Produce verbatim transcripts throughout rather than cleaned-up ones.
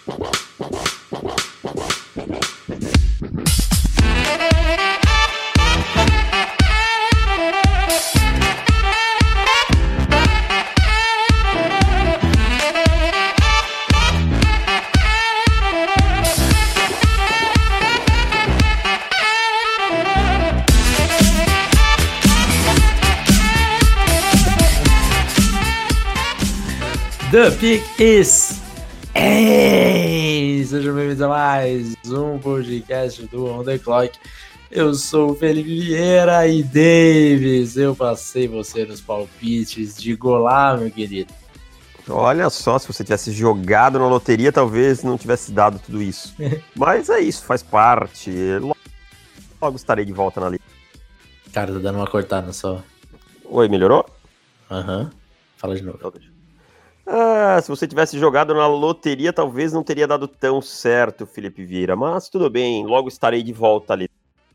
The Pick is Ei! Sejam bem-vindos a mais um podcast do On The Clock. Eu sou o Felipe Vieira e Davis, eu passei você nos palpites de golá, meu querido. Olha só, se você tivesse jogado na loteria, talvez não tivesse dado tudo isso. Mas é isso, faz parte. Logo estarei de volta na liga. Cara, tá dando uma cortada só. Oi, melhorou? Aham, uhum. Fala de novo. Ah, se você tivesse jogado na loteria, talvez não teria dado tão certo, Felipe Vieira. Mas tudo bem, logo estarei de volta ali.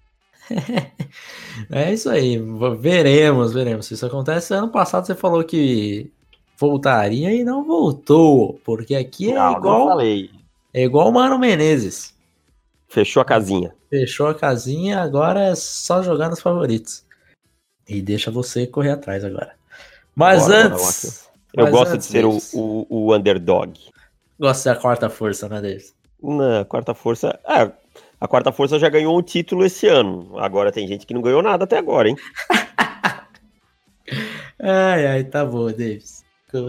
É isso aí, veremos, veremos se isso acontece. Ano passado você falou que voltaria e não voltou, porque aqui é não, igual não falei. É igual o Mano Menezes. Fechou a casinha. Fechou a casinha, agora é só jogar nos favoritos. E deixa você correr atrás agora. Mas Bora, antes... bora, Eu Mas gosto antes, de ser o, o, o underdog. Gosto da quarta força, né, Davis? Na quarta força... É, a quarta força já ganhou um título esse ano. Agora tem gente que não ganhou nada até agora, hein? Ai, ai, tá bom, Davis.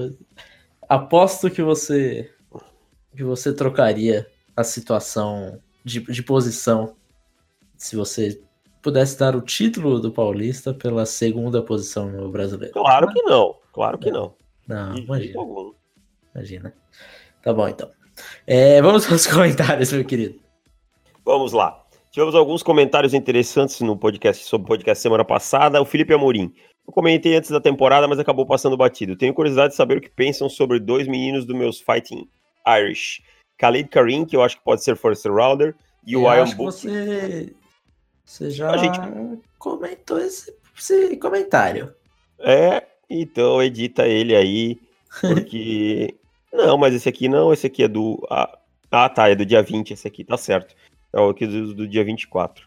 Aposto que você que você trocaria a situação de, de posição se você pudesse dar o título do Paulista pela segunda posição no Brasileiro. Claro que não, claro que não. Não, De imagina. jeito algum. Imagina. Tá bom, então. É, vamos para os comentários, meu querido. Vamos lá. Tivemos alguns comentários interessantes no podcast, sobre o podcast semana passada. O Felipe Amorim. Eu comentei antes da temporada, mas acabou passando batido. Tenho curiosidade de saber o que pensam sobre dois meninos do meus Fighting Irish. Khalid Karim, que eu acho que pode ser first rounder, e eu o Ian acho Book. que você, você já A gente... comentou esse, esse comentário. É, então edita ele aí, porque... não, mas esse aqui não, esse aqui é do... Ah, ah, tá, é do dia vinte, esse aqui, tá certo. É o aqui do, do dia vinte e quatro.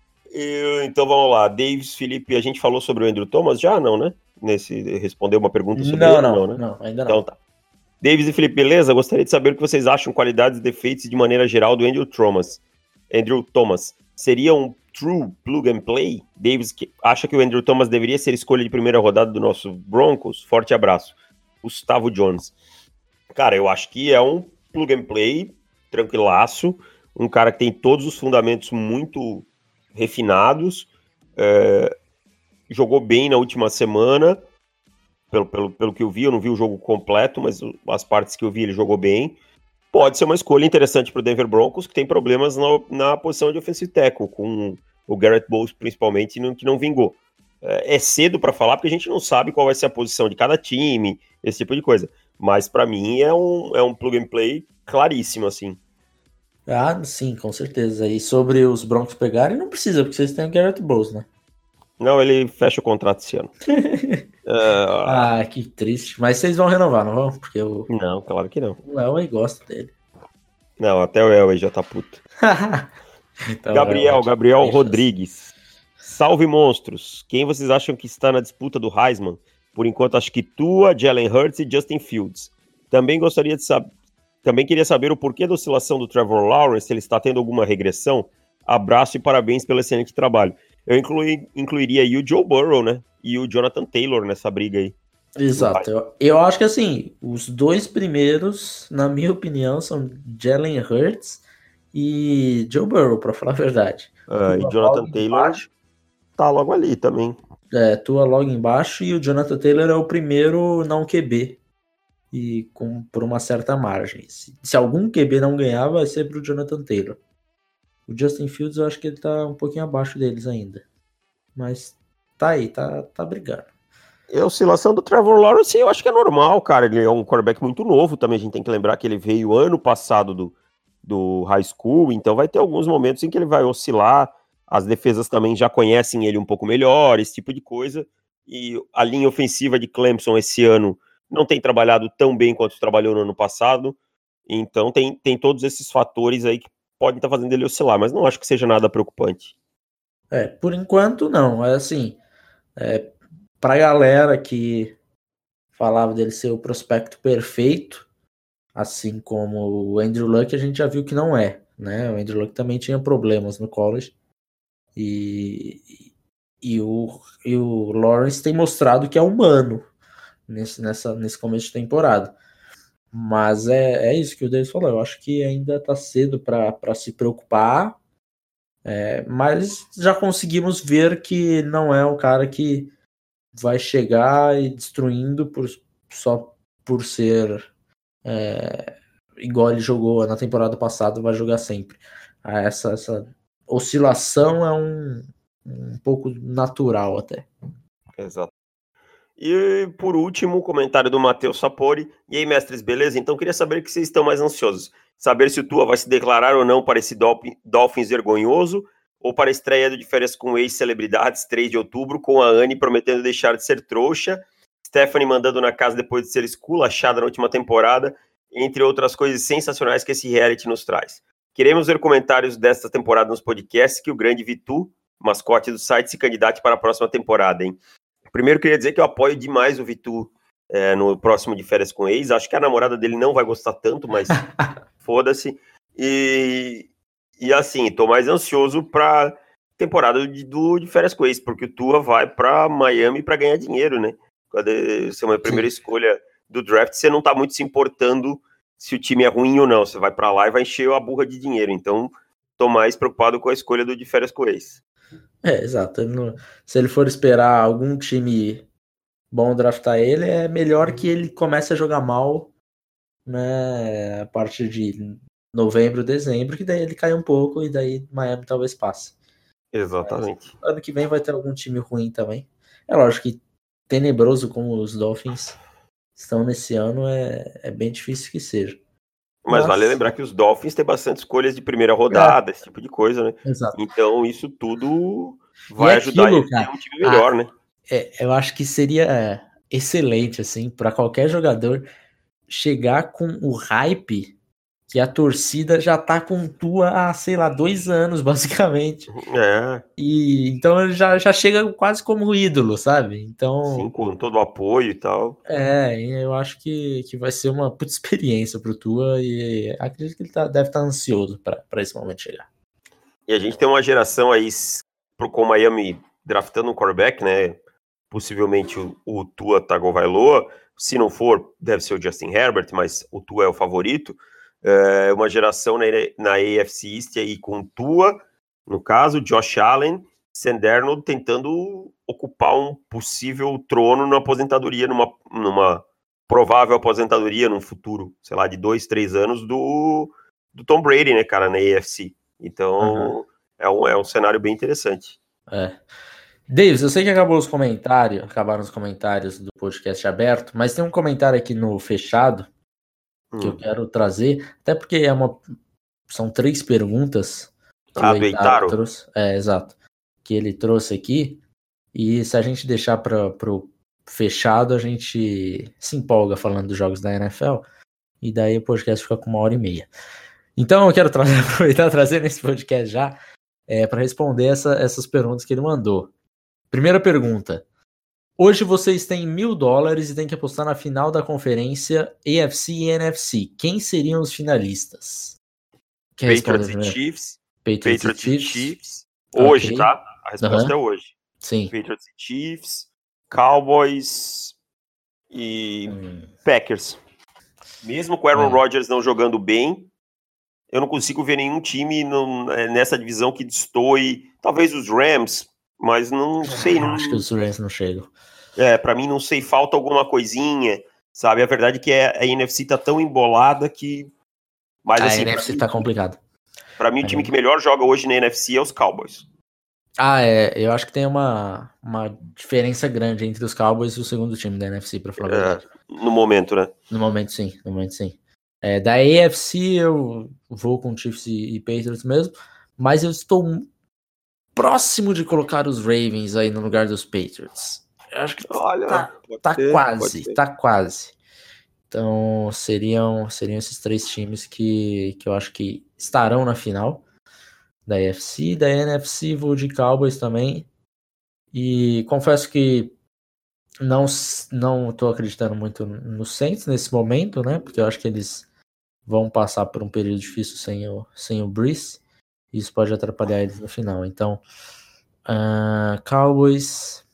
E, então vamos lá, Davis, Felipe, a gente falou sobre o Andrew Thomas já, não, né? Nesse, respondeu uma pergunta sobre não, ele, não, não, né? Não, ainda não. Então tá. Davis e Felipe, beleza? Gostaria de saber o que vocês acham, qualidades e defeitos de maneira geral do Andrew Thomas. Andrew Thomas, seria um true plug and play? Davis que acha que o Andrew Thomas deveria ser escolha de primeira rodada do nosso Broncos? Forte abraço. Gustavo Jones. Cara, eu acho que é um plug and play tranquilaço, um cara que tem todos os fundamentos muito refinados, é, jogou bem na última semana, pelo, pelo, pelo que eu vi, eu não vi o jogo completo, mas as partes que eu vi ele jogou bem. Pode ser uma escolha interessante para o Denver Broncos, que tem problemas na, na posição de offensive tackle, com o Garrett Bowles principalmente, que não vingou. É, é cedo para falar, porque a gente não sabe qual vai ser a posição de cada time, esse tipo de coisa. Mas para mim é um, é um plug and play claríssimo, assim. Ah, sim, com certeza. E sobre os Broncos pegarem, não precisa, porque vocês têm o Garrett Bowles, né? Não, ele fecha o contrato esse ano. uh... Ah, que triste. Mas vocês vão renovar, não vão? Porque o... Não, claro que não. O Elway gosta dele. Não, até o Elway já tá puto. então, Gabriel, Gabriel Rodrigues. Salve, monstros. Quem vocês acham que está na disputa do Heisman? Por enquanto, acho que Tua, Jalen Hurts e Justin Fields. Também gostaria de saber... Também queria saber o porquê da oscilação do Trevor Lawrence, se ele está tendo alguma regressão. Abraço e parabéns pelo excelente trabalho. Eu inclui, incluiria aí o Joe Burrow, né? E o Jonathan Taylor nessa briga aí. Exato. Eu, eu acho que assim, os dois primeiros, na minha opinião, são Jalen Hurts e Joe Burrow, pra falar a verdade. Uh, e Jonathan Taylor embaixo. Tá logo ali também. É, Tua logo embaixo e o Jonathan Taylor é o primeiro não Q B. E com, por uma certa margem. Se, se algum Q B não ganhar, vai ser pro Jonathan Taylor. O Justin Fields, eu acho que ele tá um pouquinho abaixo deles ainda. Mas tá aí, tá, tá brigando. E a oscilação do Trevor Lawrence, eu acho que é normal, cara. Ele é um quarterback muito novo também. A gente tem que lembrar que ele veio ano passado do, do high school. Então vai ter alguns momentos em que ele vai oscilar. As defesas também já conhecem ele um pouco melhor, esse tipo de coisa. E a linha ofensiva de Clemson esse ano não tem trabalhado tão bem quanto trabalhou no ano passado. Então tem, tem todos esses fatores aí que podem estar fazendo ele oscilar, mas não acho que seja nada preocupante. É, por enquanto não. É assim, é, pra galera que falava dele ser o prospecto perfeito, assim como o Andrew Luck, a gente já viu que não é, né? O Andrew Luck também tinha problemas no college. E, e, o, e o Lawrence tem mostrado que é humano nesse, nessa, nesse começo de temporada. Mas é, é isso que o Davis falou. Eu acho que ainda tá cedo para se preocupar. É, mas já conseguimos ver que não é um cara que vai chegar e destruindo por, só por ser é, igual ele jogou na temporada passada, vai jogar sempre. Essa, essa oscilação é um, um pouco natural até. Exato. E por último, o comentário do Matheus Sapori. E aí, mestres, beleza? Então queria saber que vocês estão mais ansiosos. Saber se o Tua vai se declarar ou não para esse Dolphins vergonhoso, ou para a estreia de férias com ex-celebridades, três de outubro, com a Anne prometendo deixar de ser trouxa, Stephanie mandando na casa depois de ser esculachada na última temporada, entre outras coisas sensacionais que esse reality nos traz. Queremos ver comentários desta temporada nos podcasts, que o grande Vitu, mascote do site, se candidate para a próxima temporada, hein? Primeiro, queria dizer que eu apoio demais o Vitu é, no próximo de férias com ex. Acho que a namorada dele não vai gostar tanto, mas foda-se. E, e assim, tô mais ansioso pra temporada de, do, de férias com ex, porque o Tua vai pra Miami pra ganhar dinheiro, né? Quando ser uma primeira Sim. escolha do draft, você não tá muito se importando se o time é ruim ou não. Você vai pra lá e vai encher a burra de dinheiro. Então, tô mais preocupado com a escolha do de férias com ex. É, exato. Ele não, se ele for esperar algum time bom draftar ele, é melhor que ele comece a jogar mal, né, a partir de novembro, dezembro, que daí ele cai um pouco e daí Miami talvez passe. Exatamente. Mas ano que vem vai ter algum time ruim também. É lógico que tenebroso como os Dolphins estão nesse ano, é, é bem difícil que seja. Mas, Mas vale lembrar que os Dolphins têm bastante escolhas de primeira rodada, é. esse tipo de coisa, né? Exato. Então isso tudo vai e ajudar aquilo, ele cara, a ter um time melhor, a, né? É, eu acho que seria excelente, assim, para qualquer jogador chegar com o hype que a torcida já tá com Tua há, sei lá, dois anos, basicamente. É. E então ele já, já chega quase como ídolo, sabe? Então. Sim, com todo o apoio e tal. É, eu acho que, que vai ser uma puta experiência pro Tua e acredito que ele tá, deve estar tá ansioso para esse momento chegar. E a gente tem uma geração aí com o Miami draftando um quarterback, né? Possivelmente o, o Tua Tagovailoa. Se não for, deve ser o Justin Herbert, mas o Tua é o favorito. É uma geração na, na A F C East aí com o Tua, no caso, Josh Allen, Sam Darnold tentando ocupar um possível trono na aposentadoria, numa, numa provável aposentadoria num futuro, sei lá, de dois, três anos do, do Tom Brady, né, cara, na A F C. Então, uhum. é, um, é um cenário bem interessante. É. Davis, eu sei que acabou os comentários, acabaram os comentários do podcast aberto, mas tem um comentário aqui no fechado que hum. eu quero trazer, até porque é uma, são três perguntas que ah, o Eitaro trouxe. É, exato. Que ele trouxe aqui, e se a gente deixar para o fechado, a gente se empolga falando dos jogos da N F L, e daí o podcast fica com uma hora e meia. Então eu quero trazer, aproveitar e trazer nesse podcast já, é, para responder essa, essas perguntas que ele mandou. Primeira pergunta. Hoje vocês têm mil dólares e têm que apostar na final da conferência A F C e N F C. Quem seriam os finalistas? Quem Patriots e Chiefs. Patriots, Patriots e Chiefs. Chiefs. Hoje, okay. tá? A resposta uhum. é hoje. Sim. Patriots e Chiefs, Cowboys e hum. Packers. Mesmo com o Aaron é. Rodgers não jogando bem, eu não consigo ver nenhum time no, nessa divisão que destoe. Talvez os Rams, mas não sei. Não... Acho que os Rams não chegam. É, pra mim, não sei, falta alguma coisinha, sabe? A verdade é que a N F C tá tão embolada que... Mas, a assim, N F C mim, tá complicado. Pra mim, o time que melhor joga hoje na N F C é os Cowboys. Ah, é. Eu acho que tem uma, uma diferença grande entre os Cowboys e o segundo time da N F C, pra falar a verdade. É, no momento, né? No momento, sim. No momento, sim. É, da A F C, eu vou com Chiefs e, e Patriots mesmo, mas eu estou próximo de colocar os Ravens aí no lugar dos Patriots. Eu acho que Olha, tá, tá quase, tá quase. Então seriam, seriam esses três times que, que eu acho que estarão na final da A F C. Da N F C vou de Cowboys também. E confesso que não não estou acreditando muito no Saints nesse momento, né? Porque eu acho que eles vão passar por um período difícil sem o, sem o Brees. E isso pode atrapalhar eles no final. Então, uh, Cowboys...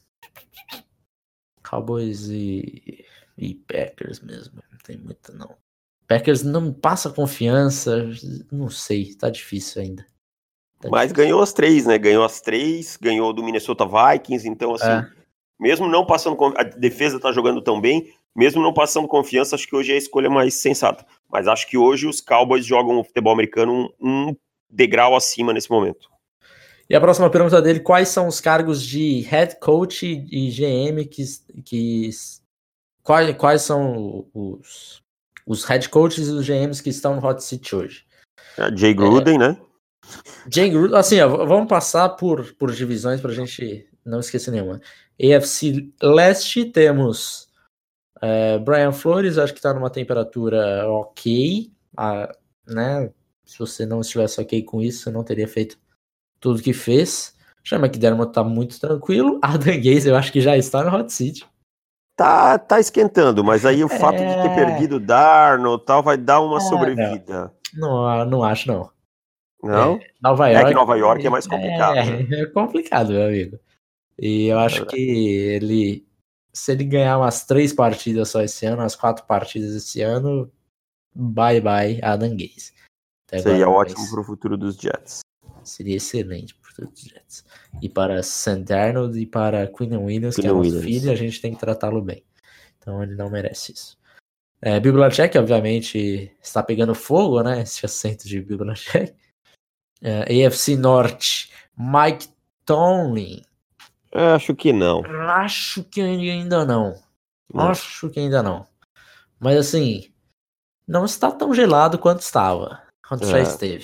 Cowboys e, e Packers mesmo. Não tem muito, não. Packers não me passa confiança. Não sei, tá difícil ainda. Tá Mas difícil. ganhou as três, né? Ganhou as três, ganhou do Minnesota Vikings. Então, assim, É. mesmo não passando... A defesa tá jogando tão bem, mesmo não passando confiança, acho que hoje é a escolha mais sensata. Mas acho que hoje os Cowboys jogam o futebol americano um, um degrau acima nesse momento. E a próxima pergunta dele: quais são os cargos de head coach e G M que... que quais, quais são os, os head coaches e os G Ms que estão no hot seat hoje? É, Jay Gruden, é, né? Jay Gruden, assim, ó, vamos passar por, por divisões pra gente não esquecer nenhuma. A F C Leste temos é, Brian Flores, acho que tá numa temperatura ok, a, né? Se você não estivesse ok com isso, você não teria feito tudo que fez. Já McDermott tá muito tranquilo. Adam Gase eu acho que já está no hot seat. Tá, tá esquentando, mas aí o é... fato de ter perdido o Darnold tal vai dar uma é, sobrevida. Não, não, não acho, não. Não? É, Nova York, é que Nova York é mais complicado. É, né? é complicado, meu amigo. E eu acho que ele, se ele ganhar umas três partidas só esse ano, umas quatro partidas esse ano, bye bye Adam Gase. Até Seria agora, ótimo mas pro futuro dos Jets. seria excelente pro futuro dos Jets. E para Sam Darnold e para Quinn Williams, Quinn que é nosso Williams. filho, a gente tem que tratá-lo bem. Então ele não merece isso. É, Bill Belichick, obviamente, está pegando fogo, né? Esse assento de Bill Belichick. É, A F C Norte, Mike Tomlin. Acho que não. Acho que ainda não. não. Acho que ainda não. Mas assim, não está tão gelado quanto estava. Quanto É. já esteve.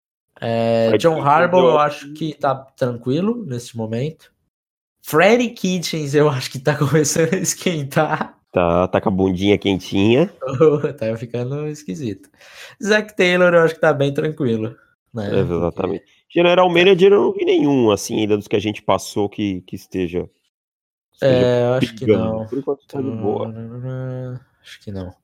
É, John Harbaugh, eu acho que tá tranquilo nesse momento. Freddie Kitchens, eu acho que tá começando a esquentar. Tá, tá com a bundinha quentinha. Oh, tá ficando esquisito. Zach Taylor, eu acho que tá bem tranquilo. Né? É, exatamente. Porque... General Manager eu não vi nenhum, assim, ainda dos que a gente passou que, que esteja. esteja É, eu acho que não. Por enquanto tá de boa. Acho que não.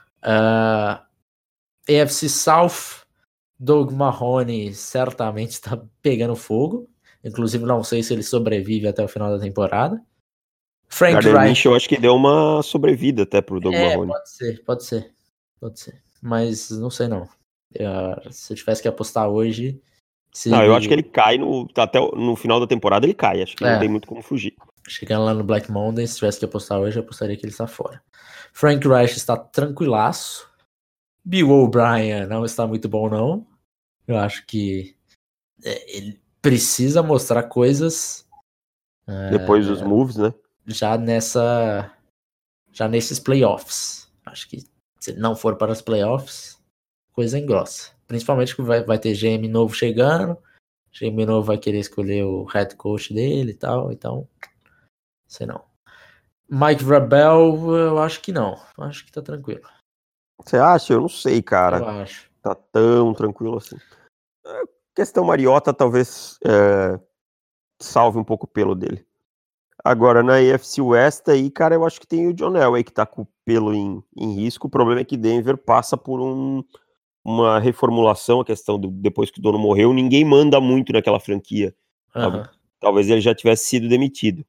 Uh, A F C South, Doug Marrone certamente está pegando fogo. Inclusive, não sei se ele sobrevive até o final da temporada. Frank Gardner Reich. Minshew, eu acho que deu uma sobrevida até pro Doug é, Marrone. Pode ser, pode ser. Pode ser. Mas não sei não. Eu, se eu tivesse que apostar hoje. Não, ele... eu acho que ele cai no, até no final da temporada, ele cai. Acho que é. não tem muito como fugir. Chegando lá no Black Monday, se tivesse que apostar hoje, eu apostaria que ele está fora. Frank Reich está tranquilaço. Bill O'Brien não está muito bom, não. Eu acho que é, ele precisa mostrar coisas depois é, dos moves, né? Já nessa, já nesses playoffs. Acho que se ele não for para os playoffs, coisa engrossa. Principalmente que vai, vai ter G M novo chegando. G M novo vai querer escolher o head coach dele e tal. Então, sei não. Mike Vrabel, eu acho que não. Acho que tá tranquilo. Você acha? Eu não sei, cara. Eu acho. Tá tão tranquilo assim. A questão Mariota talvez é, salve um pouco o pelo dele. Agora, na A F C West aí, cara, eu acho que tem o John Elway que tá com o pelo em, em risco. O problema é que Denver passa por um, uma reformulação, a questão do depois que o dono morreu, ninguém manda muito naquela franquia. Uhum. Talvez ele já tivesse sido demitido.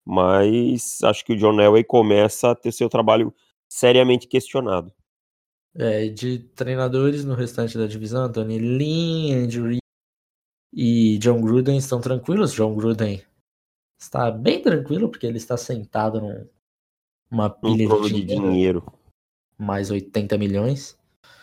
Mas acho que o John Elway começa a ter seu trabalho seriamente questionado. É, de treinadores no restante da divisão, Anthony Lynn, Andrew Reid e John Gruden estão tranquilos. John Gruden está bem tranquilo, porque ele está sentado numa pilha um de, de dinheiro, dinheiro. Mais oitenta milhões.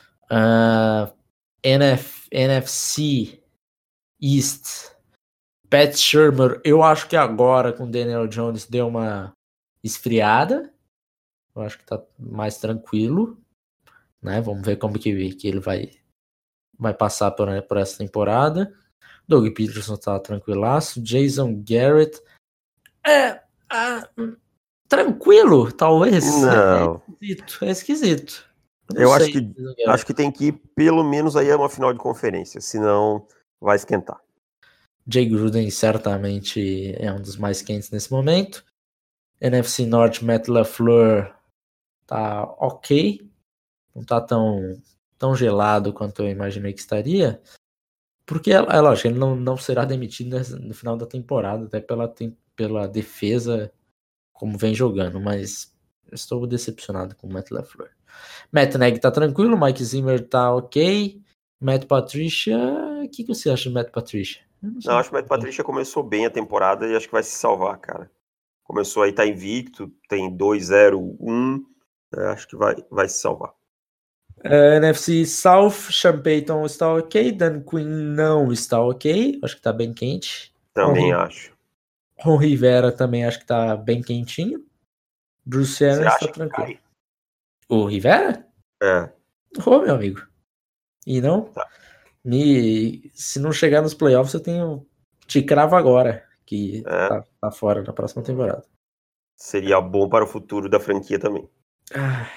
Uh, N F, N F C East, Pat Shurmur, eu acho que agora com Daniel Jones deu uma esfriada. Eu acho que tá mais tranquilo. Né? Vamos ver como que, que ele vai, vai passar por, né, por essa temporada. Doug Peterson tá tranquilaço. Jason Garrett. É, ah, tranquilo, talvez. Não. É esquisito, é esquisito. Eu, eu acho que acho que tem que ir pelo menos aí a uma final de conferência, senão vai esquentar. Jay Gruden certamente é um dos mais quentes nesse momento. N F C Norte, Matt LaFleur tá ok. Não tá tão, tão gelado quanto eu imaginei que estaria. Porque, é lógico, ele não, não será demitido no final da temporada, até pela, pela defesa como vem jogando, mas estou decepcionado com o Matt LaFleur. Matt Nagy tá tranquilo, Mike Zimmer tá ok, Matt Patricia, o que, que você acha do Matt Patricia? Eu não, não acho que o Matt Patricia começou bem a temporada e acho que vai se salvar, cara. Começou aí, tá invicto, tem dois zero um, acho que vai, vai se salvar. Uh, N F C South, Sean Payton está ok, Dan Quinn não está ok, acho que tá bem quente. Também Ron, acho. Ron Rivera também acho que tá bem quentinho. Bruce Arians está tranquilo. Cai? O Rivera? É. Ô, oh, meu amigo. E não? Tá. Me... Se não chegar nos playoffs, eu tenho. Te cravo agora, que é. tá, tá fora na próxima temporada. Seria bom para o futuro da franquia também. Ah,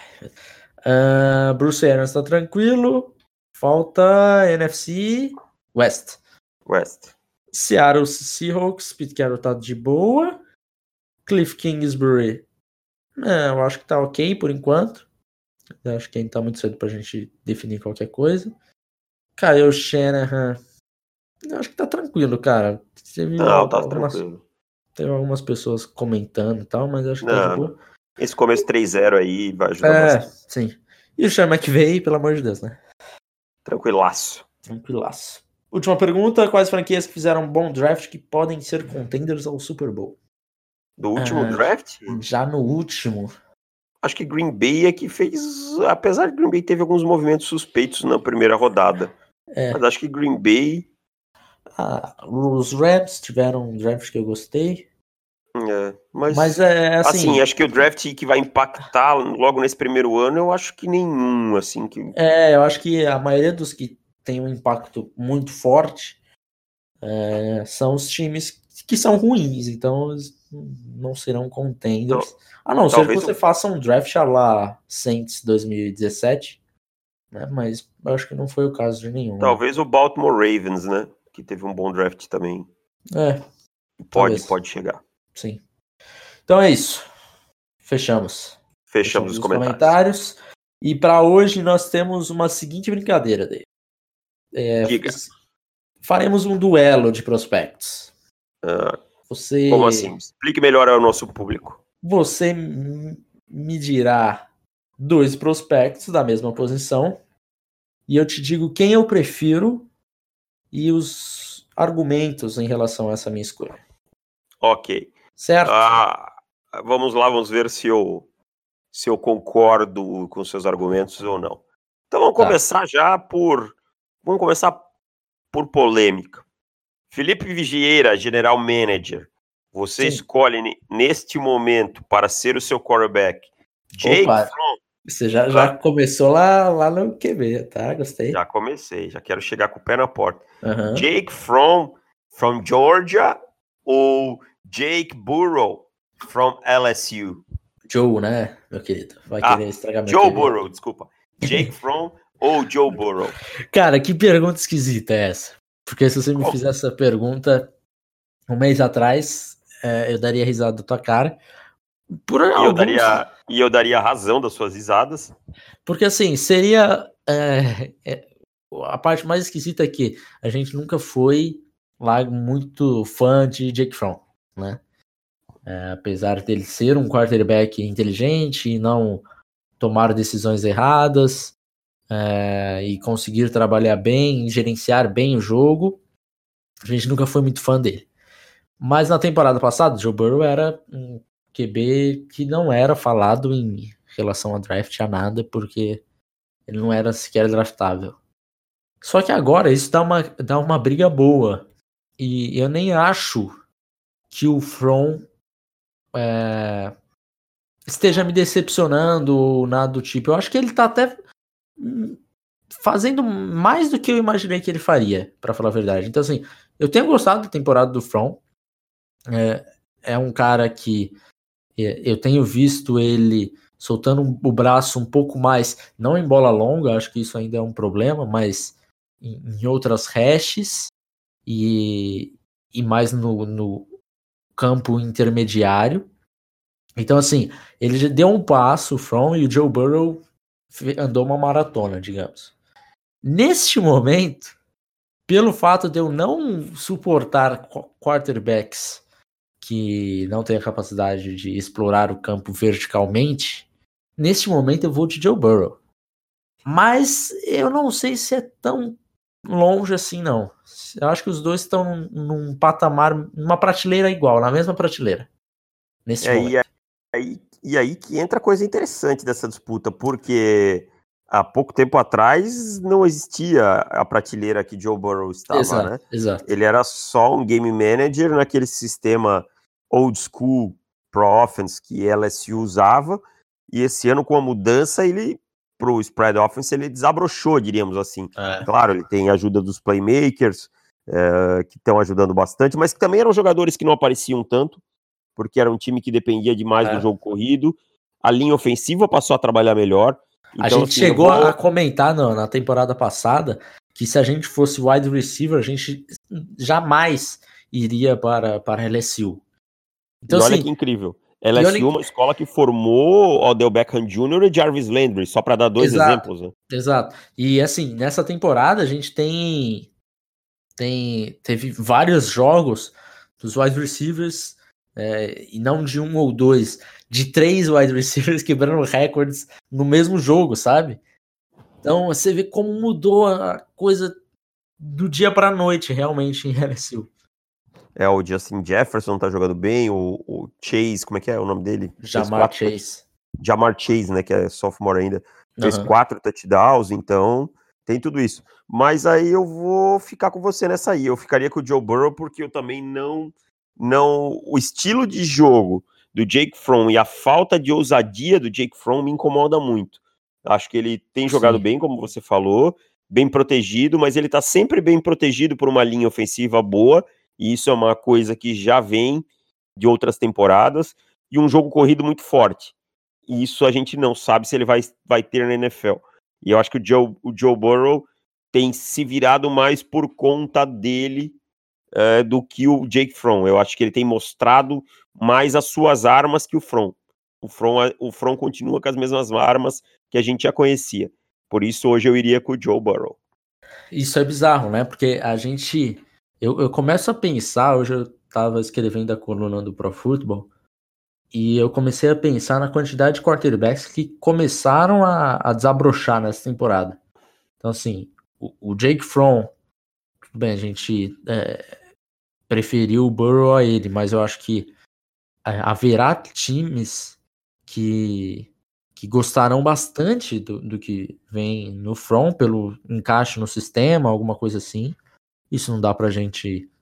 uh, Bruce Arians tá tranquilo. Falta N F C West. West. Seattle Seahawks, Pete Carroll tá de boa. Cliff Kingsbury, é, eu acho que tá ok por enquanto. Eu acho que ainda tá muito cedo pra gente definir qualquer coisa. Kyle Shanahan, eu acho que tá tranquilo, cara. Teve Não, tá algumas, tranquilo. Teve algumas pessoas comentando e tal, mas eu acho que não, tá de boa. Esse começo três zero aí vai ajudar é, bastante. Sim. E o Sean McVay, pelo amor de Deus, né? Tranquilaço. Tranquilaço. Última pergunta, quais franquias que fizeram um bom draft que podem ser contenders ao Super Bowl? Do último ah, draft? Já no último. Acho que Green Bay é que fez, apesar de Green Bay teve alguns movimentos suspeitos na primeira rodada. É. Mas acho que Green Bay... Ah, os Rams tiveram um draft que eu gostei. É, mas, mas é assim... assim, acho que o draft que vai impactar logo nesse primeiro ano, eu acho que nenhum, assim, que... É, eu acho que a maioria dos que tem um impacto muito forte é, são os times que são ruins, então eles não serão contenders. Então, a não ser que você eu... faça um draft a lá Saints dois mil e dezessete, né? Mas eu acho que não foi o caso de nenhum. Talvez né? O Baltimore Ravens, né? Que teve um bom draft também. É. Pode, talvez. Pode chegar. Sim. Então é isso. Fechamos. Fechamos, Fechamos os comentários. comentários. E para hoje nós temos uma seguinte brincadeira, Dave. É, Diga. Faremos um duelo de prospectos. Ah, você... Como assim? Explique melhor ao nosso público. Você me dirá dois prospectos da mesma posição e eu te digo quem eu prefiro e os argumentos em relação a essa minha escolha. Ok. Certo? Ah, vamos lá, vamos ver se eu, se eu concordo com seus argumentos ou não. Então vamos tá. começar já por... Vamos começar por polêmica. Felipe Vieira, General Manager, você Sim. escolhe neste momento para ser o seu quarterback Jake Opa, Fromm. Você já, já começou lá, lá no Q B, tá? Gostei. Já comecei, já quero chegar com o pé na porta. Uhum. Jake Fromm from Georgia ou Jake Burrow from L S U? Joe, né, meu querido? Vai ah, querer estragar meu Joe Q B. Burrow, desculpa. Jake Fromm ou Joe Burrow? Cara, que pergunta esquisita é essa? Porque se você me oh. fizesse essa pergunta um mês atrás, é, eu daria risada da tua cara. Por e, alguns... eu daria, e eu daria razão das suas risadas. Porque assim, seria... É, é, a parte mais esquisita é que a gente nunca foi lá muito fã de Jake Fromm, né? É, apesar dele ser um quarterback inteligente e não tomar decisões erradas, é, e conseguir trabalhar bem, gerenciar bem o jogo, a gente nunca foi muito fã dele. Mas na temporada passada, Joe Burrow era um Q B que não era falado em relação a draft a nada, porque ele não era sequer draftável. Só que agora isso dá uma, dá uma briga boa. E eu nem acho que o Fromm é, esteja me decepcionando ou nada do tipo. Eu acho que ele tá até fazendo mais do que eu imaginei que ele faria, pra falar a verdade. Então assim, eu tenho gostado da temporada do Fromm. É, é um cara que Eu tenho visto ele soltando o braço um pouco mais, não em bola longa, acho que isso ainda é um problema, mas em, em outras hashes e, e mais no, no campo intermediário. Então, assim, ele já deu um passo, o From, e o Joe Burrow andou uma maratona, digamos. Neste momento, pelo fato de eu não suportar quarterbacks que não têm a capacidade de explorar o campo verticalmente, neste momento eu vou de Joe Burrow. Mas eu não sei se é tão longe assim, não. Eu acho que os dois estão num patamar, numa prateleira igual, na mesma prateleira. Nesse É, momento. E aí, e aí que entra coisa interessante dessa disputa, porque há pouco tempo atrás não existia a prateleira que Joe Burrow estava, Exato, né? exato. Ele era só um game manager naquele sistema old school pro offense que L S U usava, e esse ano com a mudança ele pro spread offense ele desabrochou, diríamos assim. É. Claro, ele tem a ajuda dos playmakers, é, que estão ajudando bastante, mas que também eram jogadores que não apareciam tanto, porque era um time que dependia demais É. do jogo corrido. A linha ofensiva passou a trabalhar melhor. Então, A gente assim, chegou vou... a comentar no, na temporada passada que se a gente fosse wide receiver, a gente jamais iria para, para L S U. Então, e olha assim, que incrível. L S U é uma escola que formou Odell Beckham Júnior e Jarvis Landry, só para dar dois exato, exemplos. Né? Exato. E assim, nessa temporada a gente tem, tem teve vários jogos dos wide receivers, é, e não de um ou dois, de três wide receivers quebrando recordes no mesmo jogo, sabe? Então você vê como mudou a coisa do dia para a noite, realmente, em L S U. É, o Justin Jefferson tá jogando bem, o, o Chase, como é que é o nome dele? Jamar Chase. Jamar Chase, né, que é sophomore ainda, fez Uhum. quatro touchdowns, então tem tudo isso. Mas aí eu vou ficar com você nessa aí, eu ficaria com o Joe Burrow porque eu também não, não, o estilo de jogo do Jake Fromm e a falta de ousadia do Jake Fromm me incomoda muito. Acho que ele tem jogado Sim. bem, como você falou, bem protegido, mas ele tá sempre bem protegido por uma linha ofensiva boa, e isso é uma coisa que já vem de outras temporadas, e um jogo corrido muito forte. E isso a gente não sabe se ele vai, vai ter na N F L. E eu acho que o Joe, o Joe Burrow tem se virado mais por conta dele é, do que o Jake Fromm. Eu acho que ele tem mostrado mais as suas armas que o Fromm. O Fromm, o Fromm continua com as mesmas armas que a gente já conhecia. Por isso, hoje eu iria com o Joe Burrow. Isso é bizarro, né? Porque a gente... Eu, eu começo a pensar, hoje eu tava escrevendo a coluna do Pro Football, e eu comecei a pensar na quantidade de quarterbacks que começaram a, a desabrochar nessa temporada. Então, assim, o, o Jake Fromm, tudo bem, a gente é, preferiu o Burrow a ele, mas eu acho que é, haverá times que, que gostarão bastante do, do que vem no Fromm, pelo encaixe no sistema, alguma coisa assim. Isso não dá pra gente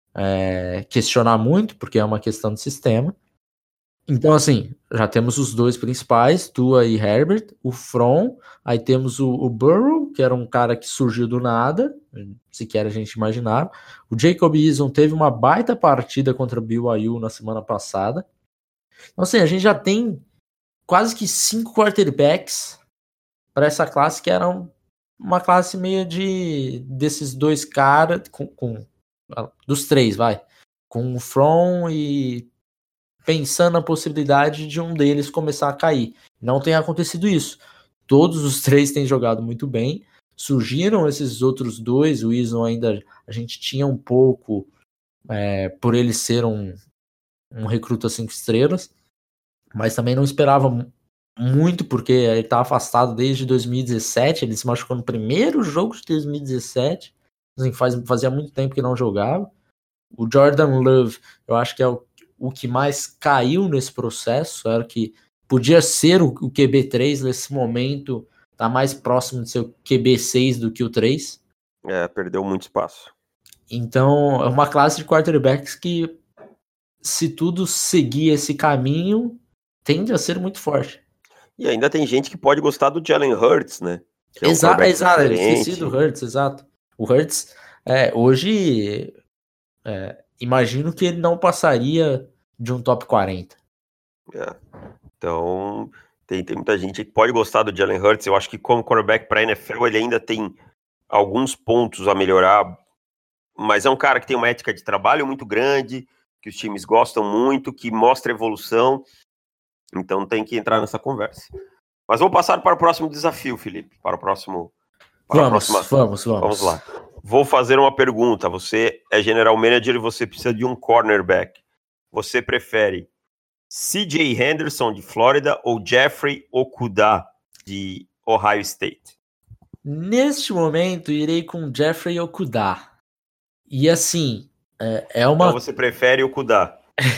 é, questionar muito, porque é uma questão de sistema. Então, assim, já temos os dois principais, Tua e Herbert, o Fromm, aí temos o, o Burrow, que era um cara que surgiu do nada, sequer a gente imaginava. O Jacob Eason teve uma baita partida contra o B Y U na semana passada. Então, assim, a gente já tem quase que cinco quarterbacks para essa classe, que era um, uma classe meio de desses dois caras, com, com dos três, vai, com o Fromm e pensando na possibilidade de um deles começar a cair. Não tem acontecido isso. Todos os três têm jogado muito bem. Surgiram esses outros dois, o Eason ainda a gente tinha um pouco é, por ele ser um, um recruta cinco estrelas, mas também não esperava muito porque ele está afastado desde dois mil e dezessete, ele se machucou no primeiro jogo de dois mil e dezessete, assim, faz, fazia muito tempo que não jogava. O Jordan Love, eu acho que é o, o que mais caiu nesse processo, era que podia ser o, o Q B três nesse momento, tá mais próximo de ser o Q B seis do que o três. É, perdeu muito espaço. Então, é uma classe de quarterbacks que, se tudo seguir esse caminho, tende a ser muito forte. E ainda tem gente que pode gostar do Jalen Hurts, né? Que é um Exato, quarterback exato, eu diferente. esqueci do Hurts, exato. O Hurts, é, hoje, é, imagino que ele não passaria de um top quarenta. É. Então, tem, tem muita gente que pode gostar do Jalen Hurts. Eu acho que como quarterback para a N F L ele ainda tem alguns pontos a melhorar, mas é um cara que tem uma ética de trabalho muito grande, que os times gostam muito, que mostra evolução, então tem que entrar nessa conversa. Mas vou passar para o próximo desafio, Felipe, para o próximo... Para vamos, a próxima... vamos, vamos. Vamos lá. Vou fazer uma pergunta. Você é general manager e você precisa de um cornerback. Você prefere C J Henderson, de Flórida, ou Jeffrey Okudah, de Ohio State? Neste momento, irei com Jeffrey Okudah. E assim, é, é uma... Então você prefere Okudah?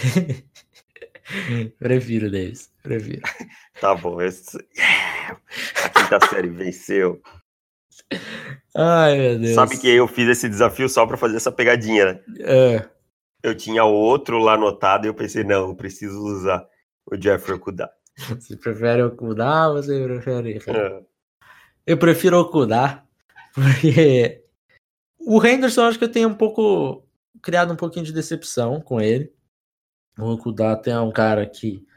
Prefiro, Davis. Prefiro. Tá bom. Esse... A quinta série venceu. Ai, meu Deus. Sabe que eu fiz esse desafio só pra fazer essa pegadinha, né? É. Eu tinha outro lá anotado e eu pensei, não, eu preciso usar o Jeffrey Okudah. Você prefere Okudah ou você prefere... É. Eu prefiro Okudah, porque o Henderson acho que eu tenho um pouco... criado um pouquinho de decepção com ele. O Okudah tem um cara que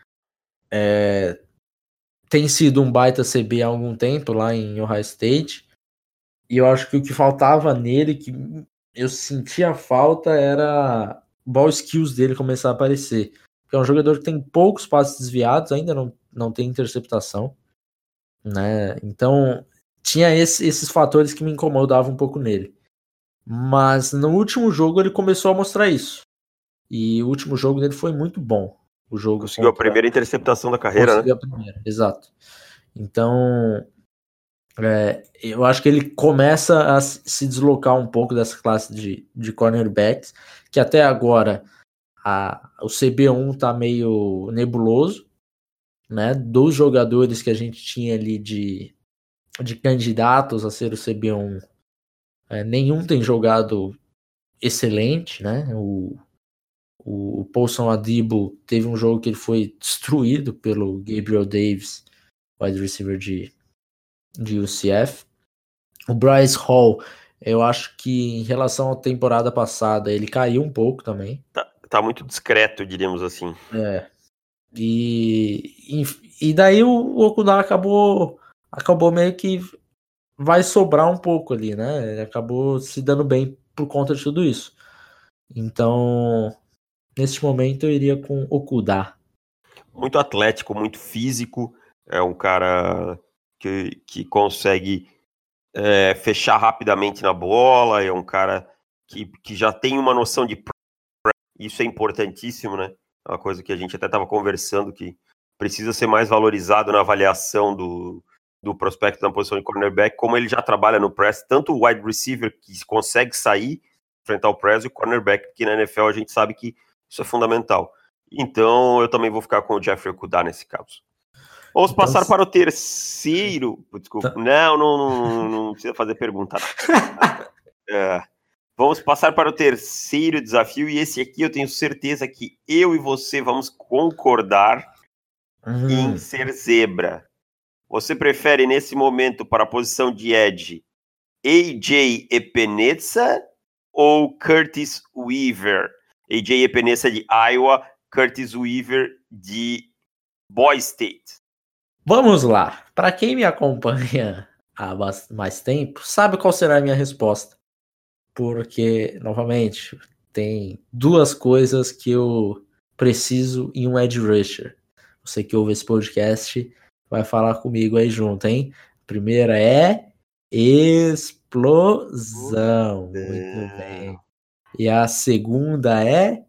é, tem sido um baita C B há algum tempo lá em Ohio State. E eu acho que o que faltava nele, que eu sentia falta, era ball skills dele começar a aparecer. Porque é um jogador que tem poucos passes desviados, ainda não, não tem interceptação, né? Então, tinha esse, esses fatores que me incomodavam um pouco nele. Mas no último jogo ele começou a mostrar isso. E o último jogo dele foi muito bom. O jogo Conseguiu contra... a primeira interceptação da carreira, Conseguiu né? a primeira, exato. Então... É, eu acho que ele começa a se deslocar um pouco dessa classe de, de cornerbacks, que até agora a, o C B um tá meio nebuloso, né? Dos jogadores que a gente tinha ali de, de candidatos a ser o C B um, é, nenhum tem jogado excelente, né? O, o, o Paulson Adebo teve um jogo que ele foi destruído pelo Gabriel Davis, wide receiver de, de U C F. O Bryce Hall, eu acho que em relação à temporada passada, ele caiu um pouco também. Tá, tá muito discreto, diríamos assim. É. E, e, e daí o, o Okudah acabou, acabou meio que vai sobrar um pouco ali, né? Ele acabou se dando bem por conta de tudo isso. Então, nesse momento eu iria com Okudah. Muito atlético, muito físico. É um cara que, que consegue é, fechar rapidamente na bola. É um cara que, que já tem uma noção de press. Isso é importantíssimo, né? É uma coisa que a gente até estava conversando, que precisa ser mais valorizado na avaliação do, do prospecto na posição de cornerback, como ele já trabalha no press, tanto o wide receiver que consegue sair, enfrentar o press, e o cornerback, que na N F L a gente sabe que isso é fundamental. Então, eu também vou ficar com o Jeffrey Okudah nesse caso. Vamos então, passar para o terceiro... Desculpa, tá. não, não, não, não precisa fazer pergunta. é, vamos passar para o terceiro desafio, e esse aqui eu tenho certeza que eu e você vamos concordar hum. em ser zebra. Você prefere, nesse momento, para a posição de edge, A J Epenesa ou Curtis Weaver? A J Epenesa de Iowa, Curtis Weaver de Boise State. Vamos lá. Para quem me acompanha há mais tempo, sabe qual será a minha resposta. Porque, novamente, tem duas coisas que eu preciso em um edge rusher. Você que ouve esse podcast vai falar comigo aí junto, hein? A primeira é explosão. Muito bem. E a segunda é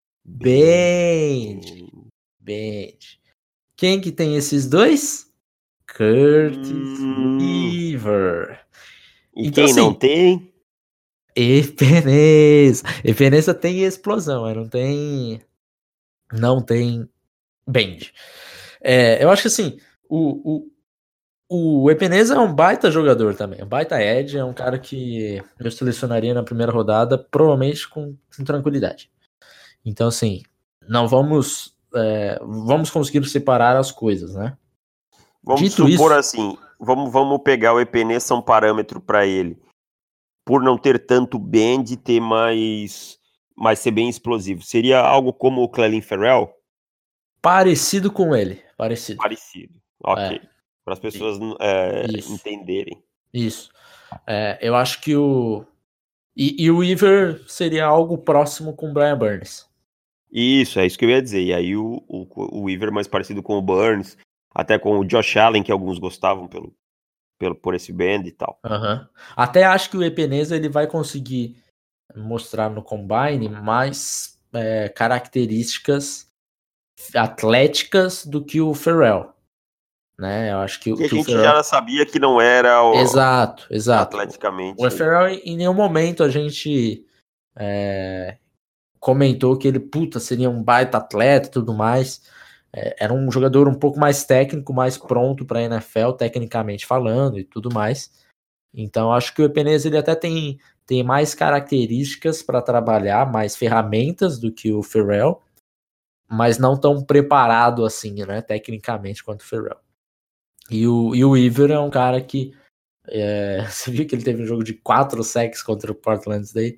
bend. Bend. Quem que tem esses dois? Curtis hum. Weaver. E então, quem assim, não tem? Epenesa. Epenesa tem explosão, mas não tem. Não tem bend. É, eu acho que assim, o, o, o Epenesa é um baita jogador também. Um baita edge, é um cara que eu selecionaria na primeira rodada, provavelmente com, com tranquilidade. Então, assim, não vamos. É, vamos conseguir separar as coisas, né? Vamos Dito supor isso, assim, vamos, vamos pegar o Epenesa um parâmetro para ele. Por não ter tanto bend, ter mais, mais ser bem explosivo. Seria algo como o Clelin Ferrell? Parecido com ele. Parecido. Parecido. Ok. É. Para as pessoas é, Isso. entenderem. Isso. É, eu acho que o... E, e o Weaver seria algo próximo com o Brian Burns. Isso, é isso que eu ia dizer. E aí o, o, o Weaver mais parecido com o Burns, até com o Josh Allen, que alguns gostavam pelo, pelo, por esse band e tal. Uhum. Até acho que o Epenesa ele vai conseguir mostrar no Combine mais é, características atléticas do que o Ferrell. Né? Eu acho que, Que a que o gente Ferrell... já sabia que não era o, Exato, exato. atleticamente. O Ferrell, em nenhum momento a gente é, comentou que ele, puta, seria um baita atleta e tudo mais. É, era um jogador um pouco mais técnico, mais pronto para a N F L, tecnicamente falando e tudo mais. Então, acho que o Epenesa ele até tem, tem mais características para trabalhar, mais ferramentas do que o Ferrell, mas não tão preparado assim, né, tecnicamente, quanto o Ferrell. E o, e o Weaver é um cara que é, você viu que ele teve um jogo de quatro sacks contra o Portland State.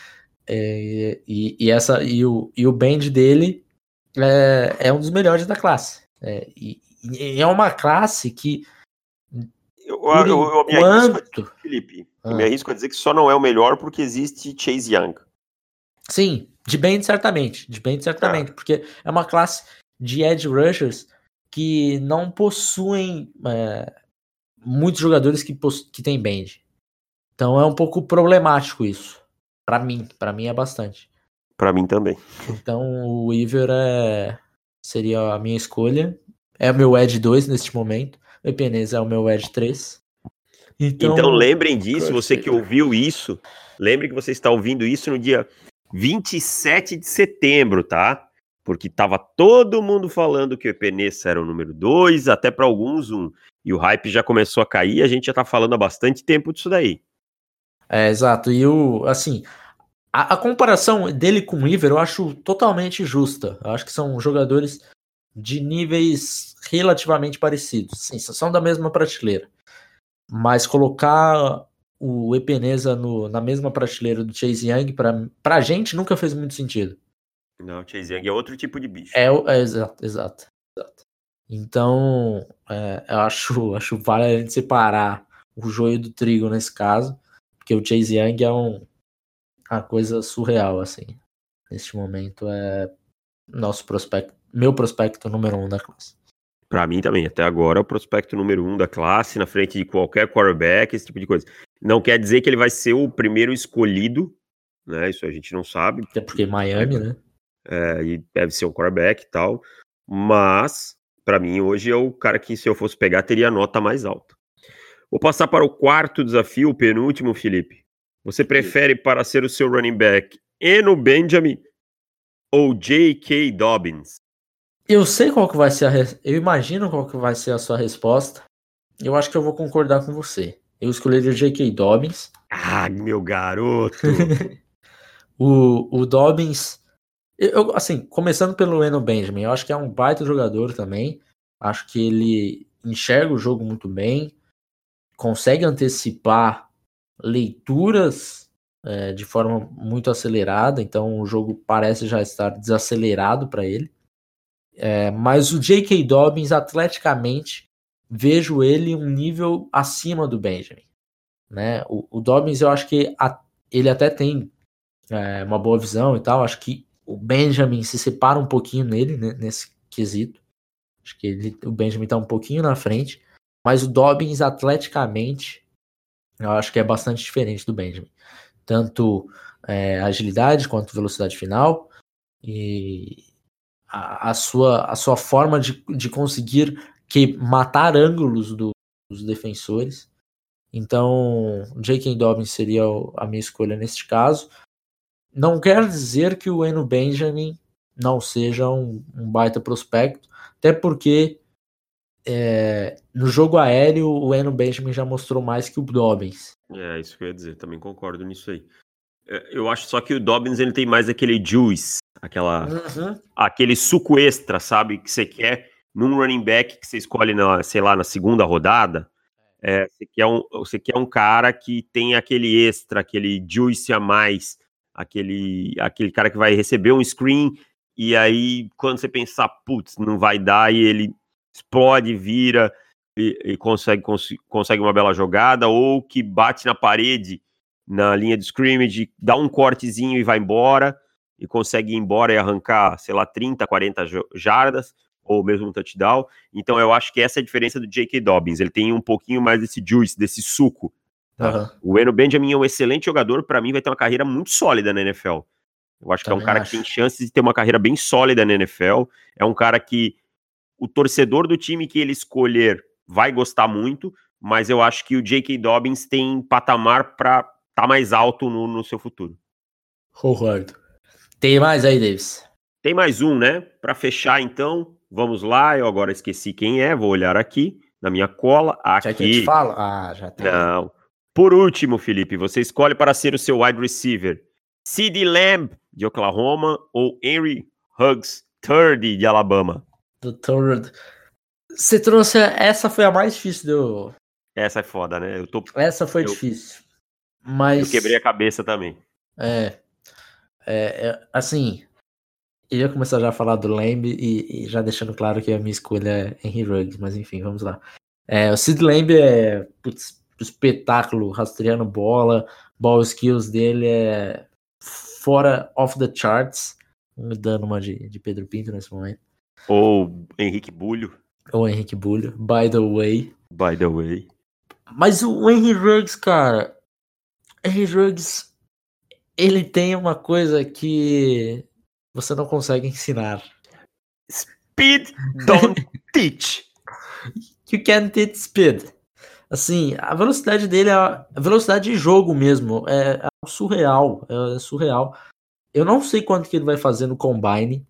É, e, e, essa, e, o, e o band dele é, é um dos melhores da classe. É, e, e é uma classe que, Eu, por eu, eu me arrisco a dizer, enquanto... Felipe, Ah, eu me arrisco a dizer que só não é o melhor porque existe Chase Young. sim, de band certamente. De band certamente. Ah. Porque é uma classe de edge rushers que não possuem é, muitos jogadores que, que têm band. Então é um pouco problemático isso. Pra mim, pra mim é bastante. Pra mim também. Então o Weaver é, seria a minha escolha. É o meu Edge dois neste momento. O Epenesa é o meu Edge três. Então, então lembrem disso, você que ouviu isso, lembre que você está ouvindo isso no dia vinte e sete de setembro, tá? Porque tava todo mundo falando que o Epenesa era o número dois, até para alguns um. E o hype já começou a cair, a gente já tá falando há bastante tempo disso daí. É, exato. E o, assim, a, a comparação dele com o Weaver eu acho totalmente justa. Eu acho que são jogadores de níveis relativamente parecidos. Sim, são da mesma prateleira. Mas colocar o Epenesa no, na mesma prateleira do Chase Young, pra, pra gente, nunca fez muito sentido. Não, o Chase Young é outro tipo de bicho. É, é exato, exato, exato. Então, é, eu acho, acho vale a gente separar o joio do trigo nesse caso, porque o Chase Young é um, uma coisa surreal, assim. Neste momento é nosso prospecto, meu prospecto número um da classe. Pra mim também, até agora é o prospecto número um da classe, na frente de qualquer quarterback, esse tipo de coisa. Não quer dizer que ele vai ser o primeiro escolhido, né? Isso a gente não sabe. Até porque Miami, né? É, e deve ser um quarterback e tal. Mas, pra mim, hoje é o cara que, se eu fosse pegar, teria a nota mais alta. Vou passar para o quarto desafio, o penúltimo, Felipe. Você prefere para ser o seu running back Eno Benjamin ou J K. Dobbins? Eu sei qual que vai ser a res... eu imagino qual que vai ser a sua resposta. Eu acho que eu vou concordar com você. Eu escolheria o J K. Dobbins. Ah, meu garoto! o, o Dobbins, eu, assim, começando pelo Eno Benjamin, eu acho que é um baita jogador também. Acho que ele enxerga o jogo muito bem, consegue antecipar leituras é, de forma muito acelerada, então o jogo parece já estar desacelerado para ele. É, mas o J K. Dobbins, atleticamente, vejo ele um nível acima do Benjamin. Né? O, o Dobbins, eu acho que a, ele até tem é, uma boa visão e tal. Acho que o Benjamin se separa um pouquinho nele, né, nesse quesito. Acho que ele, o Benjamin está um pouquinho na frente. Mas o Dobbins, atleticamente, eu acho que é bastante diferente do Benjamin. Tanto é, agilidade quanto velocidade final. E a, a, sua, a sua forma de, de conseguir que, matar ângulos do, dos defensores. Então, J K. Dobbins seria a minha escolha neste caso. Não quer dizer que o Eno Benjamin não seja um, um baita prospecto, até porque é, no jogo aéreo o Eno Benjamin já mostrou mais que o Dobbins. É, isso que eu ia dizer, também concordo nisso aí. Eu acho só que o Dobbins ele tem mais aquele juice, aquela, uhum. aquele suco extra, sabe? Que você quer num running back que você escolhe, na, sei lá, na segunda rodada. É, você, quer um, você quer um cara que tem aquele extra, aquele juice a mais, aquele, aquele cara que vai receber um screen e aí quando você pensar, putz, não vai dar, e ele explode, vira e, e consegue, cons- consegue uma bela jogada, ou que bate na parede, na linha de scrimmage, dá um cortezinho e vai embora, e consegue ir embora e arrancar, sei lá, trinta, quarenta jo- jardas, ou mesmo um touchdown. Então eu acho que essa é a diferença do J K. Dobbins, ele tem um pouquinho mais desse juice, desse suco. Tá? Uhum. O Eno Benjamin é um excelente jogador, para mim vai ter uma carreira muito sólida na N F L. Eu acho que Também é um cara acho. que tem chances de ter uma carreira bem sólida na N F L, é um cara que o torcedor do time que ele escolher vai gostar muito, mas eu acho que o J K. Dobbins tem patamar para estar tá mais alto no, no seu futuro. Concordo. Tem mais aí, Davis? Tem mais um, né? Para fechar, então, vamos lá. Eu agora esqueci quem é, vou olhar aqui na minha cola. Quer que eu te Aqui. falo? Ah, já tem. Não. Por último, Felipe, você escolhe para ser o seu wide receiver CeeDee Lamb, de Oklahoma, ou Henry Ruggs, third, de Alabama? Doutor, você trouxe. Essa foi a mais difícil do. Essa é foda, né? Eu tô... Essa foi eu, difícil. Mas. eu quebrei a cabeça também. É, é, é. Assim. Eu ia começar já a falar do Lamb e, e já deixando claro que a minha escolha é Henry Ruggs, mas enfim, vamos lá. É, o Sid Lamb é putz, espetáculo, rastreando bola, ball skills dele é fora off the charts, me dando uma de, de Pedro Pinto nesse momento. Ou Henrique Bulho. Ou Henrique Bulho, by the way. By the way. Mas o Henry Ruggs, cara, Henry Ruggs, ele tem uma coisa que você não consegue ensinar. Speed don't teach. You can't teach speed. Assim, a velocidade dele é a velocidade de jogo mesmo. É, é surreal. É surreal. Eu não sei quanto que ele vai fazer no Combine.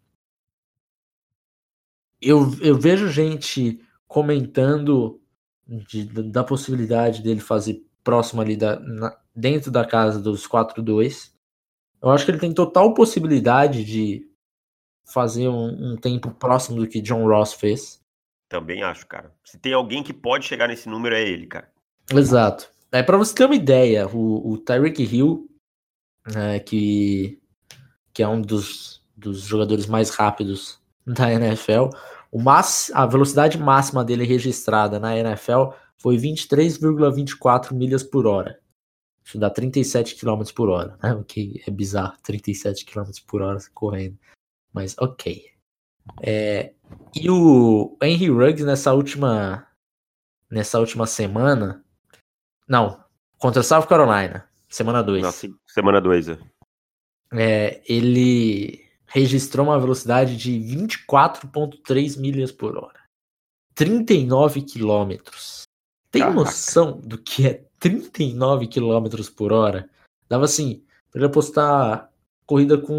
Eu, eu vejo gente comentando de, da possibilidade dele fazer próximo ali da, na, dentro da casa dos quatro dois. Eu acho que ele tem total possibilidade de fazer um, um tempo próximo do que John Ross fez. Também acho, cara. Se tem alguém que pode chegar nesse número, é ele, cara. Exato. É, para você ter uma ideia, o, o Tyreek Hill, é, que, que é um dos, dos jogadores mais rápidos da N F L, o mass, a velocidade máxima dele registrada na N F L foi vinte e três vírgula vinte e quatro milhas por hora. Isso dá trinta e sete quilômetros por hora, né? O que é bizarro, trinta e sete quilômetros por hora correndo. Mas ok. É, e o Henry Ruggs nessa última nessa última semana, não, contra South Carolina, semana dois, semana dois, é. é, ele registrou uma velocidade de vinte e quatro vírgula três milhas por hora, trinta e nove quilômetros. Tem Caraca. noção do que é trinta e nove quilômetros por hora? Dava assim, pra ele apostar corrida com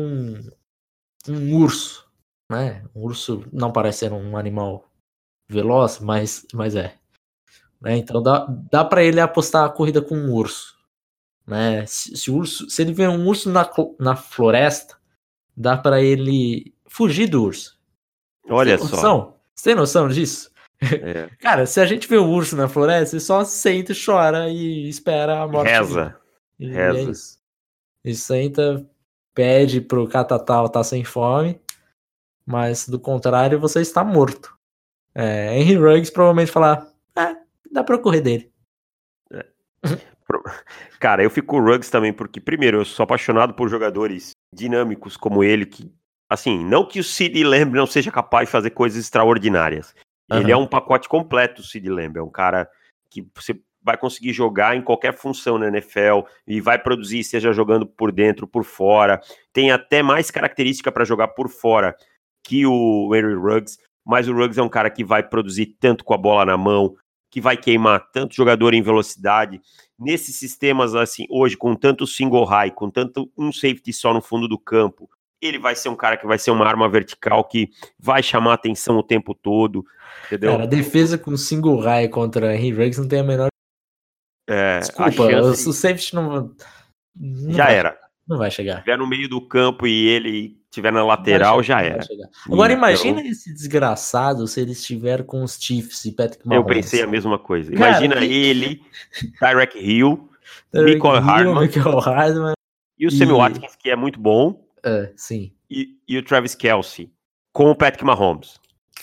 um urso, né? Um urso não parece ser um animal veloz, mas, mas é. Né? Então dá, dá para ele apostar a corrida com um urso. Né? Se, se, o urso, se ele vê um urso na, na floresta, dá para ele fugir do urso. Olha Você tem só. Noção? Você tem noção disso? É. Cara, se a gente vê um urso na floresta, ele só senta, chora e espera a morte. Reza. E Reza. é isso. Ele senta, pede pro catatal tá sem fome, mas do contrário você está morto. É, Henry Ruggs provavelmente falar, ah, dá pra correr dele. É. Cara, eu fico com o Ruggs também, porque primeiro, eu sou apaixonado por jogadores dinâmicos como ele, que, assim, não que o CeeDee Lamb não seja capaz de fazer coisas extraordinárias. Uhum. Ele é um pacote completo, o CeeDee Lamb, é um cara que você vai conseguir jogar em qualquer função na N F L e vai produzir, seja jogando por dentro, por fora. Tem até mais característica para jogar por fora que o Henry Ruggs, mas o Ruggs é um cara que vai produzir tanto com a bola na mão, que vai queimar tanto jogador em velocidade. Nesses sistemas, assim, hoje, com tanto single high, com tanto um safety só no fundo do campo, ele vai ser um cara que vai ser uma arma vertical que vai chamar atenção o tempo todo, entendeu? Cara, a defesa com single high contra Henry Ruggs não tem a menor... É, Desculpa, chance... o safety não... não já vai, era. Não vai chegar. Se estiver no meio do campo e ele estiver na lateral, chegar, já era. Agora então... imagina esse desgraçado se ele estiver com os Chiefs e Patrick Mahomes. Eu pensei a mesma coisa. Cara, imagina que... ele, Tyreek Hill, Mecole Hardman, Hardman e o Sammy e... Watkins, que é muito bom. É, sim. E, e o Travis Kelce com o Patrick Mahomes.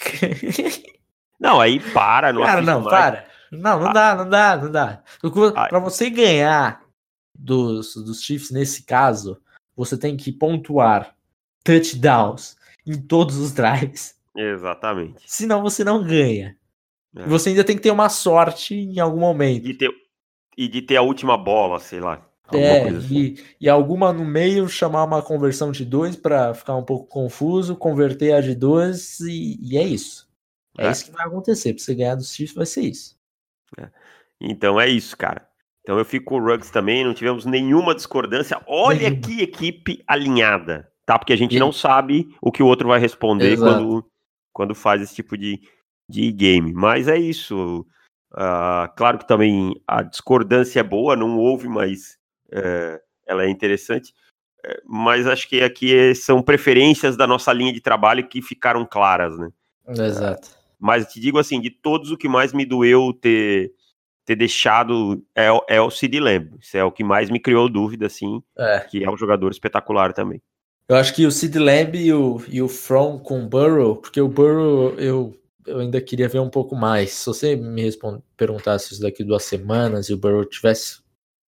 Não, aí para, não Cara, assisto não, mais. para. Não, não Ah, dá, não dá, não dá. ah, Pra você ganhar dos, dos Chiefs nesse caso, você tem que pontuar touchdowns em todos os drives. exatamente. Senão você não ganha. É. Você ainda tem que ter uma sorte em algum momento. De ter, e de ter a última bola, sei lá. Alguma É, coisa assim. e, e alguma no meio chamar uma conversão de dois para ficar um pouco confuso, converter a de dois e, e é isso. É, É. isso que vai acontecer. Pra você ganhar dos Chiefs vai ser isso. É. Então é isso, cara. Então eu fico com o Ruggs também, não tivemos nenhuma discordância. Olha Nenhuma. que equipe alinhada, tá? Porque a gente E- não sabe o que o outro vai responder Exato. quando, quando faz esse tipo de, de game. Mas é isso. Uh, claro que também a discordância é boa, não houve, mas é, ela é interessante. É, mas acho que aqui são preferências da nossa linha de trabalho que ficaram claras, né? Exato. Uh, mas te digo assim, de todos o que mais me doeu ter ter deixado é, o- é o CeeDee Lamb. Isso é o que mais me criou dúvida, assim, É. que é um jogador espetacular também. Eu acho que o CeeDee Lamb e o, e o From com o Burrow, porque o Burrow eu, eu ainda queria ver um pouco mais. Se você me respond, perguntasse isso daqui duas semanas e o Burrow tivesse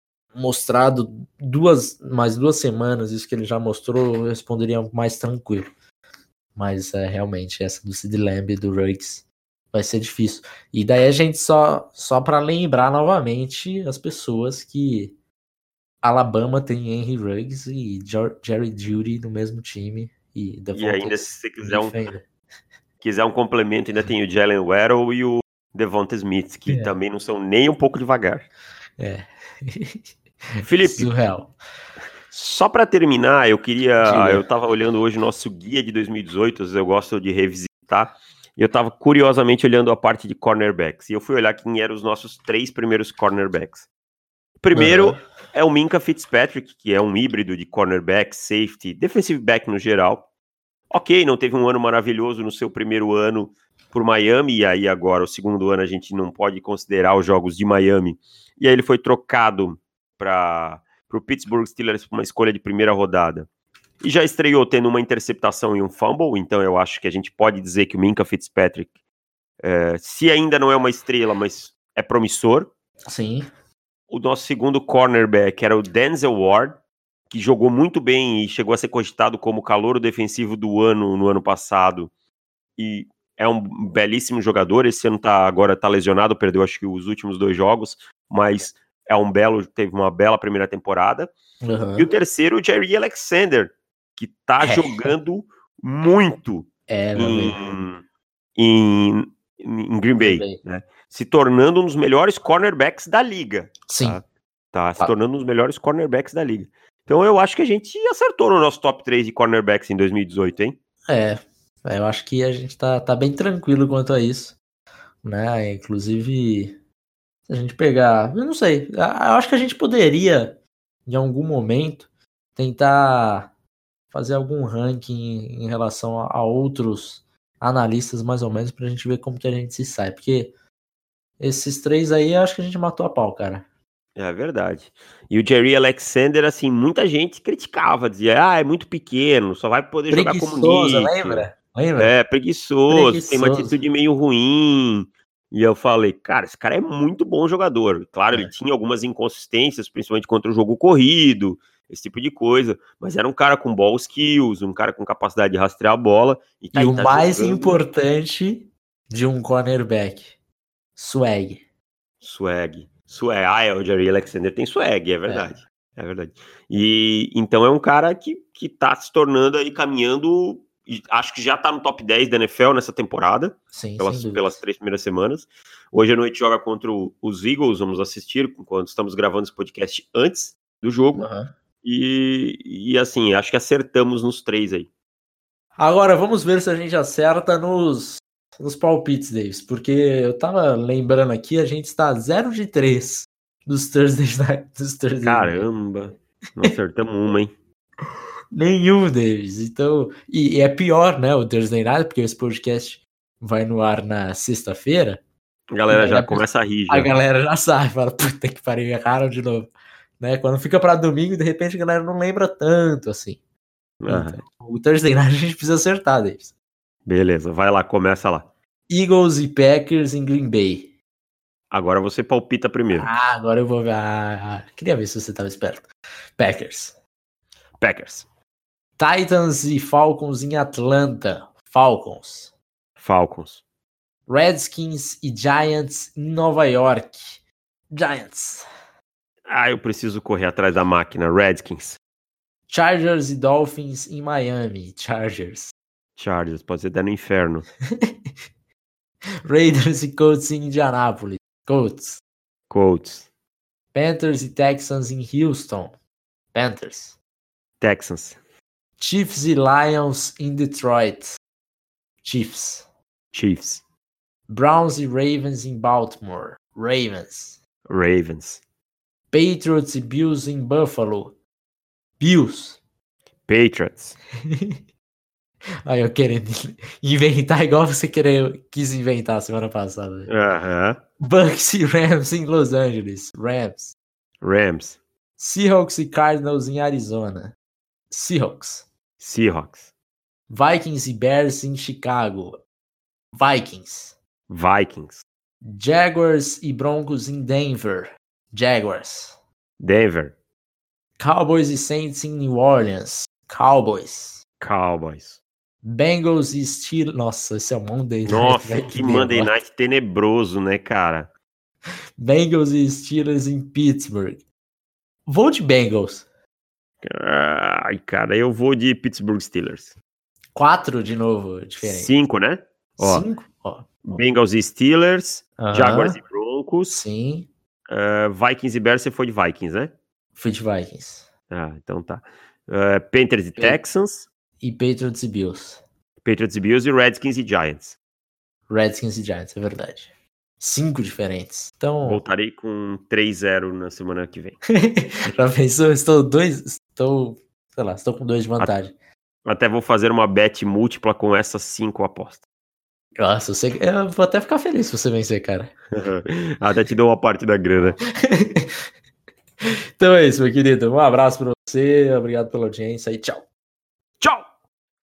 mostrado duas, mais duas semanas, isso que ele já mostrou, eu responderia mais tranquilo. Mas é, realmente, essa do CeeDee Lamb e do Ruggs vai ser difícil. E daí a gente só, só para lembrar novamente as pessoas que Alabama tem Henry Ruggs e Jo- Jerry Jeudy no mesmo time e E Devonta ainda, se você quiser um, Smith ainda. quiser um complemento, ainda tem o Jalen Waddle e o Devonta Smith, que É. também não são nem um pouco devagar. É. Felipe, Surreal. só para terminar, eu queria. Diga. Eu tava olhando hoje o nosso guia de dois mil e dezoito, eu gosto de revisitar. E eu tava curiosamente olhando a parte de cornerbacks. E eu fui olhar quem eram os nossos três primeiros cornerbacks. Primeiro Uhum. é o Minkah Fitzpatrick, que é um híbrido de cornerback, safety, defensive back no geral. Ok, não teve um ano maravilhoso no seu primeiro ano por Miami, e aí agora o segundo ano a gente não pode considerar os jogos de Miami. E aí ele foi trocado para o Pittsburgh Steelers por uma escolha de primeira rodada. E já estreou tendo uma interceptação e um fumble, então eu acho que a gente pode dizer que o Minkah Fitzpatrick, é, se ainda não é uma estrela, mas é promissor. Sim. O nosso segundo cornerback era o Denzel Ward, que jogou muito bem e chegou a ser cogitado como calouro defensivo do ano no ano passado. E é um belíssimo jogador. Esse ano tá, agora tá lesionado, perdeu acho que os últimos dois jogos, mas é um belo, teve uma bela primeira temporada. Uhum. E o terceiro, o Jerry Alexander, que tá É. jogando muito É, meu em, amigo. em, em Green Bay, Green Bay. né? Se tornando um dos melhores cornerbacks da liga. Sim. Tá, tá se Ah. tornando um dos melhores cornerbacks da liga. Então eu acho que a gente acertou no nosso top três de cornerbacks em dois mil e dezoito, hein? É, é, eu acho que a gente tá, tá bem tranquilo quanto a isso, né? Inclusive, se a gente pegar, eu não sei, eu acho que a gente poderia, em algum momento, tentar fazer algum ranking em relação a, a outros analistas, mais ou menos, pra gente ver como que a gente se sai, porque esses três aí, eu acho que a gente matou a pau, cara. É verdade. E o Jerry Alexander, assim, muita gente criticava, dizia, ah, é muito pequeno, só vai poder jogar como Preguiçoso, níquel. lembra? Lembra? É, preguiçoso, tem uma Preguiçoso. atitude meio ruim. E eu falei, cara, esse cara é muito bom jogador. Claro, É. ele tinha algumas inconsistências, principalmente contra o jogo corrido, esse tipo de coisa. Mas era um cara com ball skills, um cara com capacidade de rastrear a bola. E, tá E aí, o tá mais jogando... importante de um cornerback, swag. Swag. Swag. Ah, é, o Jerry Alexander tem swag, é verdade. É, é verdade. E então é um cara que, que tá se tornando aí, caminhando... Acho que já tá no top dez da N F L nessa temporada. Sim, Pelas, sem pelas três primeiras semanas. Hoje à noite joga contra o, os Eagles, vamos assistir, quando estamos gravando esse podcast antes do jogo. Uhum. E, e assim, acho que acertamos nos três aí. Agora vamos ver se a gente acerta nos, nos palpites, Davis, porque eu tava lembrando aqui, a gente está zero de três dos Thursday Night. Dos Thursday Caramba, não acertamos uma, hein? Nenhum, Davis. Então, e, e é pior, né, o Thursday Night, porque esse podcast vai no ar na sexta-feira. A galera já a, começa a rir, já. A galera já sabe, fala, puta que pariu, erraram de novo. Né? Quando fica pra domingo, de repente a galera não lembra tanto, assim. Então, o Thursday Night a gente precisa acertar, Davis. Beleza, vai lá, começa lá. Eagles e Packers em Green Bay. Agora você palpita primeiro. Ah, agora eu vou ver. Ah, queria ver se você estava esperto. Packers. Packers. Titans e Falcons em Atlanta. Falcons. Falcons. Redskins e Giants em Nova York. Giants. Ah, eu preciso correr atrás da máquina. Redskins. Chargers e Dolphins em Miami. Chargers. Chargers, pode ser até no inferno. Raiders e Colts em Indianápolis. Colts. Colts. Panthers e Texans em Houston. Panthers. Texans. Chiefs e Lions em Detroit. Chiefs. Chiefs. Browns e Ravens em Baltimore. Ravens. Ravens. Patriots e Bills em Buffalo. Bills. Patriots. Aí eu querendo inventar igual você querer, quis inventar semana passada. Aham. Uh-huh. Bucks e Rams em Los Angeles. Rams. Rams. Seahawks e Cardinals em Arizona. Seahawks. Seahawks. Vikings e Bears em Chicago. Vikings. Vikings. Jaguars e Broncos em Denver. Jaguars. Denver. Cowboys e Saints em New Orleans. Cowboys. Cowboys. Bengals e Steelers. Nossa, esse é um Monday Night. Nossa, que Monday Night tenebroso, né, cara? Bengals e Steelers em Pittsburgh. Vou de Bengals. Ai, cara, eu vou de Pittsburgh Steelers. Quatro de novo, diferente. Cinco, né? Ó, Cinco? Ó. Bengals e Steelers, uh-huh. Jaguars e Broncos. Sim. Uh, Vikings e Bears, você foi de Vikings, né? Fui de Vikings. Ah, então tá. Uh, Panthers e Texans. E Patriots e Bills. Patriots e Bills e Redskins e Giants. Redskins e Giants, é verdade. Cinco diferentes. Então... Voltarei com três a zero na semana que vem. Já pensou? Estou dois... Estou... Sei lá, estou com dois de vantagem. Até vou fazer uma bet múltipla com essas cinco apostas. Nossa, você... eu vou até ficar feliz se você vencer, cara. Até te dou uma parte da grana. Então é isso, meu querido. Um abraço pra você. Obrigado pela audiência e tchau.